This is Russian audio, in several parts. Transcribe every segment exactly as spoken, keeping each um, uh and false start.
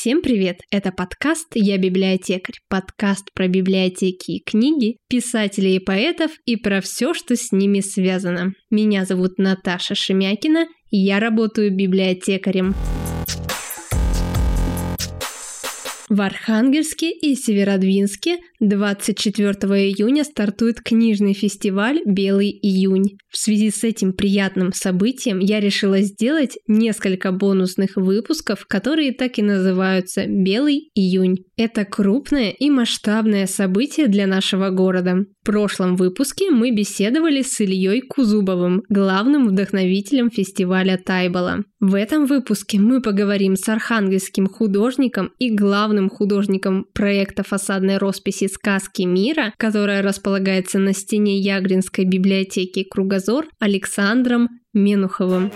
Всем привет! Это подкаст «Я библиотекарь», подкаст про библиотеки и книги, писателей и поэтов и про все, что с ними связано. Меня зовут Наташа Шемякина, и я работаю библиотекарем. В Архангельске и Северодвинске двадцать четвёртого июня стартует книжный фестиваль «Белый июнь». В связи с этим приятным событием я решила сделать несколько бонусных выпусков, которые так и называются «Белый июнь». Это крупное и масштабное событие для нашего города. В прошлом выпуске мы беседовали с Ильей Кузубовым, главным вдохновителем фестиваля Тайбола. В этом выпуске мы поговорим с архангельским художником и главным художником проекта фасадной росписи «Сказки мира», которая располагается на стене Ягринской библиотеки «Кругозор», Александром Менуховым.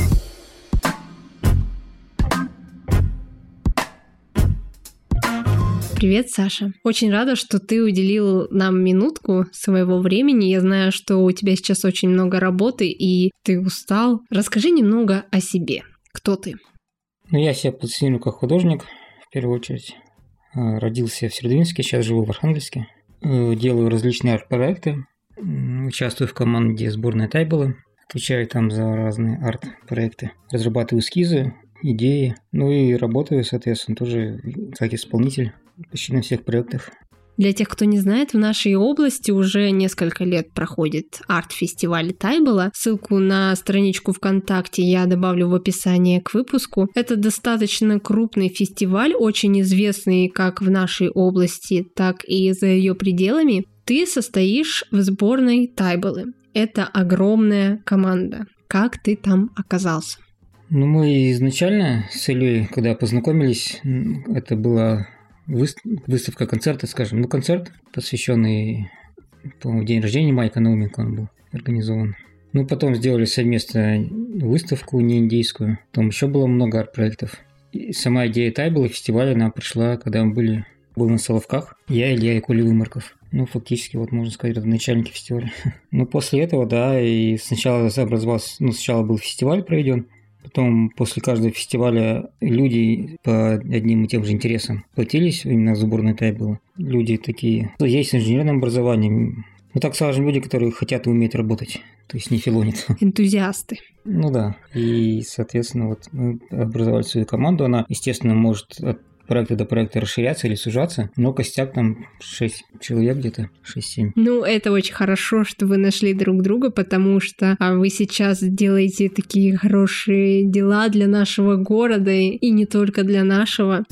Привет, Саша. Очень рада, что ты уделил нам минутку своего времени. Я знаю, что у тебя сейчас очень много работы и ты устал. Расскажи немного о себе. Кто ты? Ну, я себя позиционирую как художник, в первую очередь. Родился в Северодвинске, сейчас живу в Архангельске. Делаю различные арт-проекты. Участвую в команде сборной Тайбола. Отвечаю там за разные арт-проекты. Разрабатываю эскизы, идеи. Ну и работаю, соответственно, тоже как исполнитель почти на всех проектах. Для тех, кто не знает, в нашей области уже несколько лет проходит арт-фестиваль Тайбола. Ссылку на страничку ВКонтакте я добавлю в описание к выпуску. Это достаточно крупный фестиваль, очень известный как в нашей области, так и за ее пределами. Ты состоишь в сборной Тайболы. Это огромная команда. Как ты там оказался? Ну, мы изначально с Ильей, когда познакомились, это была выставка концерта, скажем, ну, концерт, посвященный, по-моему, день рождения Майка Науменко он был организован. Ну, потом сделали совместно выставку неиндийскую, там еще было много арт-проектов. И сама идея Тайбола фестиваля нам пришла, когда мы были, был на Соловках, я, Илья и Коля Вымарков. Ну, фактически, вот можно сказать, это начальники фестиваля. Ну, после этого, да, и сначала образовался, ну, сначала был фестиваль проведен. Потом после каждого фестиваля люди по одним и тем же интересам платились, именно в сборной Тайбола. Люди такие, есть с инженерным образованием, ну так скажем, люди, которые хотят и умеют работать, то есть не филонят. Энтузиасты. Ну да, и, соответственно, вот мы образовали свою команду, она, естественно, может от проекта до проекта расширяться или сужаться, но костяк там шесть человек где-то, шесть-семь. Ну, это очень хорошо, что вы нашли друг друга, потому что вы сейчас делаете такие хорошие дела для нашего города и не только для нашего.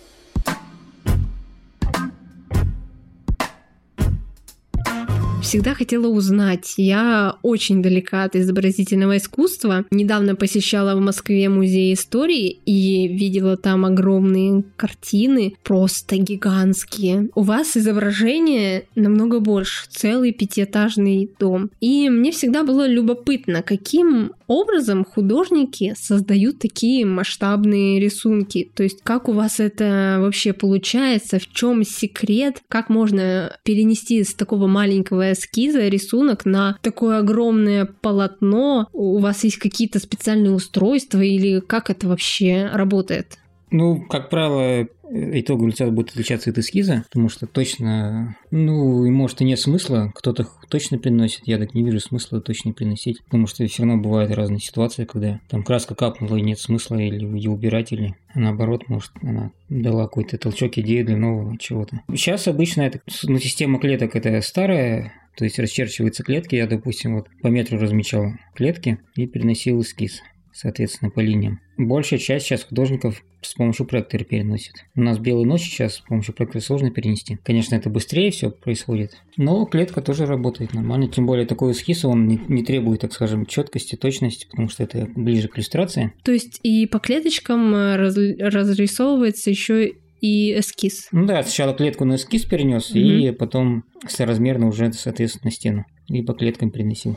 Всегда хотела узнать. Я очень далека от изобразительного искусства. Недавно посещала в Москве музей истории и видела там огромные картины, просто гигантские. У вас изображение намного больше, целый пятиэтажный дом. И мне всегда было любопытно, каким образом художники создают такие масштабные рисунки. То есть как у вас это вообще получается, в чем секрет, как можно перенести с такого маленького эскиза, рисунок на такое огромное полотно? У вас есть какие-то специальные устройства или как это вообще работает? Ну, как правило, итоговый результат будет отличаться от эскиза, потому что точно, ну, может и нет смысла, кто-то точно приносит, я так не вижу смысла точно приносить, потому что все равно бывают разные ситуации, когда там краска капнула и нет смысла или ее убирать, или наоборот, может, она дала какой-то толчок идеи для нового чего-то. Сейчас обычно это, ну, система клеток это старая, то есть расчерчиваются клетки, я, допустим, вот по метру размечал клетки и переносил эскиз, соответственно, по линиям. Большая часть сейчас художников с помощью проектора переносит. У нас «Белую ночь» сейчас с помощью проектора сложно перенести. Конечно, это быстрее все происходит, но клетка тоже работает нормально. Тем более такой эскиз, он не, не требует, так скажем, четкости, точности, потому что это ближе к иллюстрации. То есть и по клеточкам раз, разрисовывается еще и эскиз. Ну да, сначала клетку на эскиз перенес, mm-hmm. и потом соразмерно уже, соответственно, на стену. И по клеткам переносил.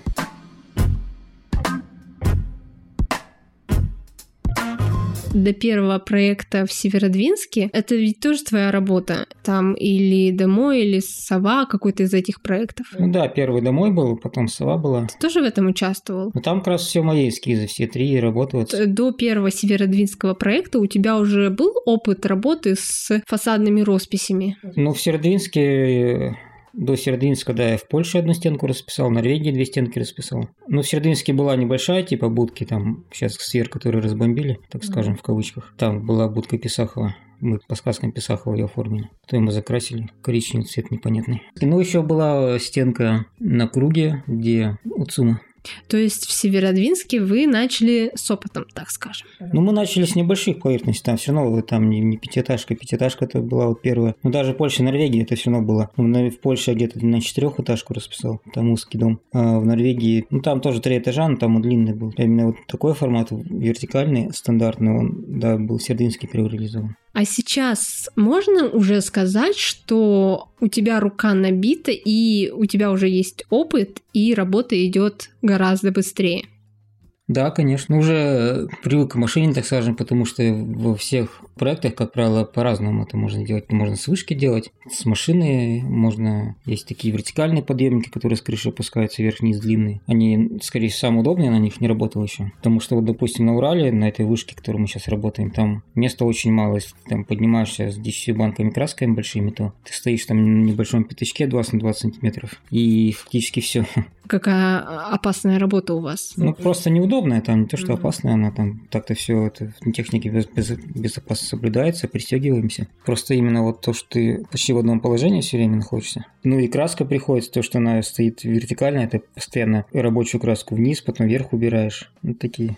до первого проекта в Северодвинске, это ведь тоже твоя работа. Там или «Домой», или «Сова», какой-то из этих проектов. Ну да, первый «Домой» был, потом «Сова» была. Ты тоже в этом участвовал? Ну там как раз все мои эскизы, все три работают. До первого северодвинского проекта у тебя уже был опыт работы с фасадными росписями? Ну, в Северодвинске... До Северодвинска, да, я в Польше одну стенку расписал, в Норвегии две стенки расписал. Ну, в Северодвинске была небольшая, типа будки, там сейчас сверх, которые разбомбили, так скажем, в кавычках. Там была будка Писахова. Мы по сказкам Писахова ее оформили. Потом мы закрасили. Коричневый цвет непонятный. Ну, еще была стенка на круге, где Уцума. То есть в Северодвинске вы начали с опытом, так скажем? Ну, мы начали с небольших поверхностей, там все равно там не, не пятиэтажка, пятиэтажка это была вот первая. Ну, даже Польша и Норвегия это все равно было. Ну, в Польше я где-то на четырехэтажку расписал, там узкий дом. А в Норвегии, ну, там тоже три этажа, но там он длинный был. Именно вот такой формат, вертикальный, стандартный, он, да, был в Северодвинске первый реализован. А сейчас можно уже сказать, что у тебя рука набита, и у тебя уже есть опыт, и работа идет гораздо быстрее? Да, конечно, уже привык к машине, так скажем, потому что во всех проектах, как правило, по-разному это можно делать. Можно с вышки делать, с машины можно... Есть такие вертикальные подъемники, которые с крыши опускаются вверх-вниз длинные. Они, скорее всего, самые удобные, на них не работал еще. Потому что, вот, допустим, на Урале, на этой вышке, которой мы сейчас работаем, там места очень мало. Если ты там поднимаешься с десятью банками красками большими, то ты стоишь там на небольшом пятачке двадцать на двадцать сантиметров, и фактически все. Какая опасная работа у вас? Ну, просто неудобная, там не то, что опасная, она там так-то все это в технике без, без, безопасности соблюдается, пристегиваемся. Просто именно вот то, что ты почти в одном положении все время находишься. Ну и краска приходится, то, что она стоит вертикально, это постоянно рабочую краску вниз, потом вверх убираешь. Вот такие.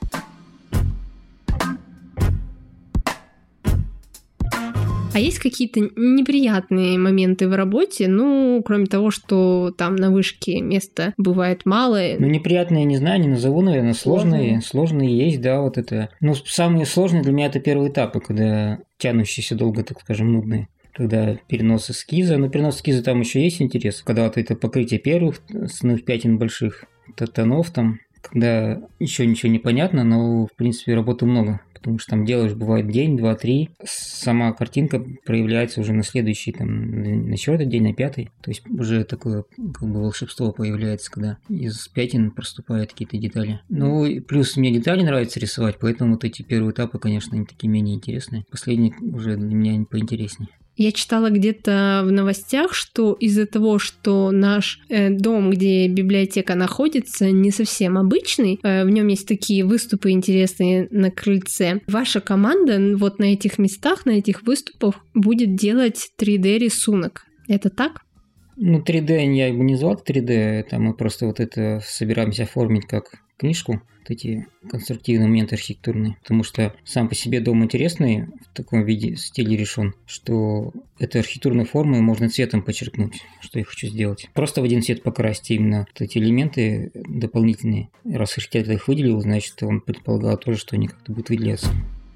А есть какие-то неприятные моменты в работе? Ну, кроме того, что там на вышке места бывает мало. Ну, неприятные, не знаю, не назову, наверное, сложные. Сложные, сложные есть, да, вот это. Ну, самые сложные для меня это первые этапы, когда тянущиеся долго, так скажем, нудные. Когда перенос эскиза, ну, перенос эскиза там еще есть интерес. Когда вот это покрытие первых основных пятен больших тонов там, когда еще ничего не понятно, но, в принципе, работы много. Потому что там делаешь, бывает, день, два, три. Сама картинка проявляется уже на следующий, там, на четвертый день, на пятый. То есть уже такое, как бы, волшебство появляется, когда из пятен проступают какие-то детали. Ну, и плюс мне детали нравится рисовать, поэтому вот эти первые этапы, конечно, они такие менее интересные. Последние уже для меня поинтереснее. Я читала где-то в новостях, что из-за того, что наш э, дом, где библиотека находится, не совсем обычный, э, в нем есть такие выступы интересные на крыльце, ваша команда вот на этих местах, на этих выступах будет делать три дэ-рисунок. Это так? Ну, три дэ я бы не назвал три дэ, это мы просто вот это собираемся оформить как книжку, вот эти конструктивные моменты архитектурные, потому что сам по себе дом интересный, в таком виде, стиле решен, что это архитектурные формы можно цветом подчеркнуть, что я хочу сделать. Просто в один цвет покрасить именно вот эти элементы дополнительные. Раз архитектор их выделил, значит, он предполагал тоже, что они как-то будут выделяться.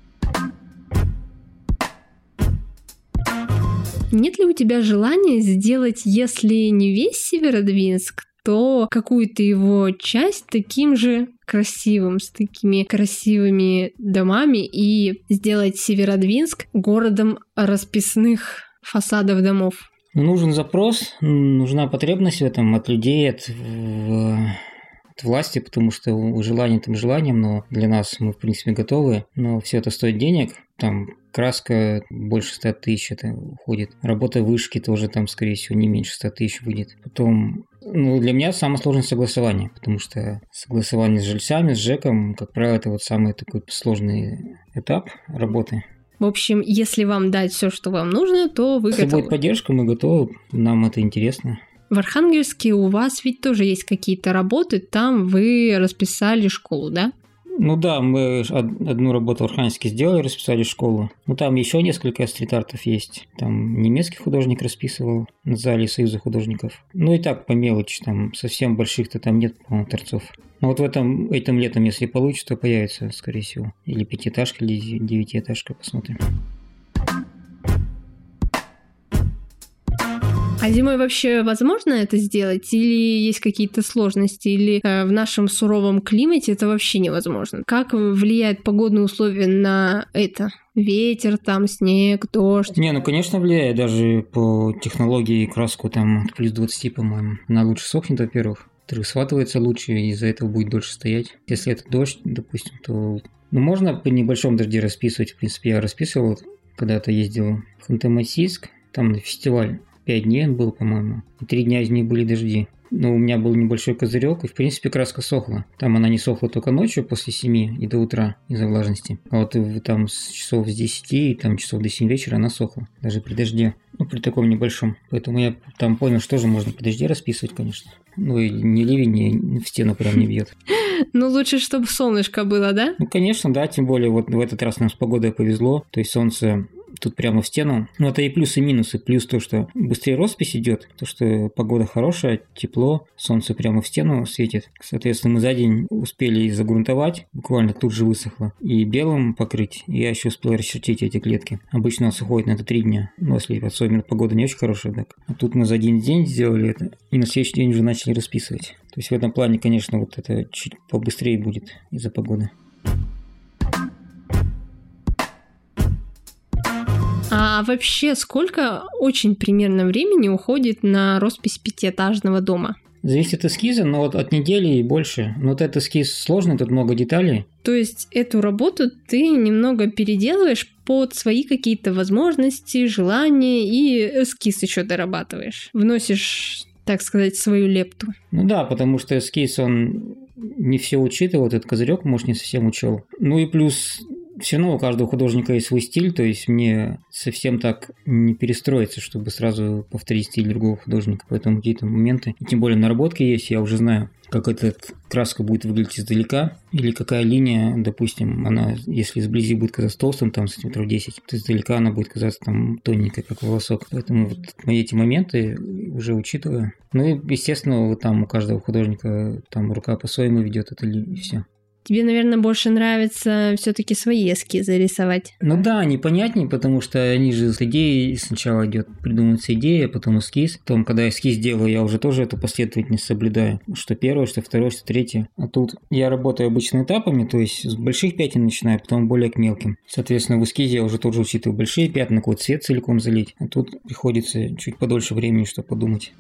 Нет ли у тебя желания сделать, если не весь Северодвинск, то какую-то его часть таким же красивым, с такими красивыми домами, и сделать Северодвинск городом расписных фасадов домов? Нужен запрос, нужна потребность в этом от людей, от, от власти, потому что желание там желанием, но для нас мы, в принципе, готовы, но все это стоит денег. Там краска больше ста тысяч это уходит. Работа вышки тоже там, скорее всего, не меньше ста тысяч выйдет. Потом, ну, для меня самое сложное согласование, потому что согласование с жильцами, с ЖЭКом, как правило, это вот самый такой сложный этап работы. В общем, если вам дать все, что вам нужно, то вы если готовы. Если будет поддержка, мы готовы, нам это интересно. В Архангельске у вас ведь тоже есть какие-то работы, там вы расписали школу, да? Ну да, мы одну работу в Архангельске сделали, расписали школу. Ну там еще несколько стрит-артов есть. Там немецкий художник расписывал на зале Союза художников. Ну и так по мелочи, там совсем больших-то там нет, по-моему, торцов. Но вот в этом, этим летом, если получится, то появится, скорее всего. Или пятиэтажка, или девятиэтажка, посмотрим. А зимой вообще возможно это сделать? Или есть какие-то сложности? Или э, в нашем суровом климате это вообще невозможно? Как влияют погодные условия на это? Ветер, там, снег, дождь? Не, ну, конечно, влияет. Даже по технологии краску там от плюс двадцать, по-моему. Она лучше сохнет, во-первых. Во-вторых, схватывается лучше, и из-за этого будет дольше стоять. Если это дождь, допустим, то... Ну, можно при небольшом дожде расписывать. В принципе, я расписывал, когда-то ездил в Ханты-Мансийск. Там на фестиваль пять дней был, по-моему. И три дня из них были дожди. Но у меня был небольшой козырек, и, в принципе, краска сохла. Там она не сохла только ночью после семи и до утра из-за влажности. А вот там с часов с десяти, там часов до семи вечера она сохла. Даже при дожде. Ну, при таком небольшом. Поэтому я там понял, что же можно при дожде расписывать, конечно. Ну, и не ливень, не в стену прям не бьет. Ну, лучше, чтобы солнышко было, да? Ну, конечно, да. Тем более, вот в этот раз нам с погодой повезло. То есть солнце... Тут прямо в стену. Но это и плюсы, и минусы. Плюс то, что быстрее роспись идет, то, что погода хорошая, тепло, солнце прямо в стену светит. Соответственно, мы за день успели загрунтовать, буквально тут же высохло, и белым покрыть. И я еще успел расчертить эти клетки. Обычно у нас уходит на это три дня, но если особенно погода не очень хорошая, так. А тут мы за один день сделали это, и на следующий день уже начали расписывать. То есть в этом плане, конечно, вот это чуть побыстрее будет из-за погоды. А вообще сколько очень примерно времени уходит на роспись пятиэтажного дома? Зависит от эскиза, но вот от недели и больше. Но вот этот эскиз сложный, тут много деталей. То есть эту работу ты немного переделываешь под свои какие-то возможности, желания и эскиз еще дорабатываешь. Вносишь, так сказать, свою лепту. Ну да, потому что эскиз, он не все учитывал, этот козырек, может, не совсем учел. Ну и плюс... Все равно у каждого художника есть свой стиль, то есть мне совсем так не перестроиться, чтобы сразу повторить стиль другого художника. Поэтому какие-то моменты, и тем более наработки есть, я уже знаю, как эта краска будет выглядеть издалека, или какая линия, допустим, она, если сблизи будет казаться толстым, там сантиметров десять, то издалека она будет казаться там тоненькой, как волосок. Поэтому вот мои эти моменты уже учитываю. Ну и, естественно, вот там у каждого художника там рука по-своему ведет это и все. Тебе, наверное, больше нравится все-таки свои эскизы рисовать. Ну да, они понятнее, потому что они же с идеей сначала идет, придумывается идея, потом эскиз. Потом, когда эскиз делаю, я уже тоже эту последовательность соблюдаю. Что первое, что второе, что третье. А тут я работаю обычно этапами, то есть с больших пятен начинаю, потом более к мелким. Соответственно, в эскизе я уже тоже учитываю большие пятна, какой цвет целиком залить. А тут приходится чуть подольше времени, чтобы подумать.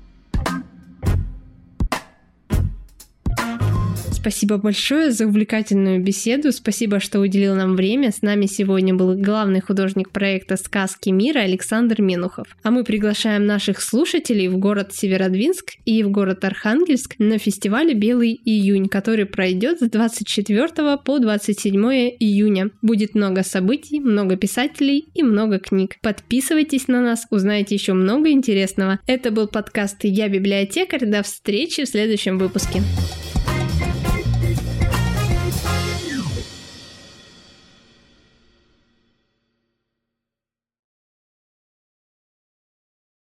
Спасибо большое за увлекательную беседу. Спасибо, что уделил нам время. С нами сегодня был главный художник проекта «Сказки мира» Александр Менухов. А мы приглашаем наших слушателей в город Северодвинск и в город Архангельск на фестивале «Белый июнь», который пройдет с двадцать четвёртого по двадцать седьмое июня. Будет много событий, много писателей и много книг. Подписывайтесь на нас, узнаете еще много интересного. Это был подкаст «Я библиотекарь». До встречи в следующем выпуске.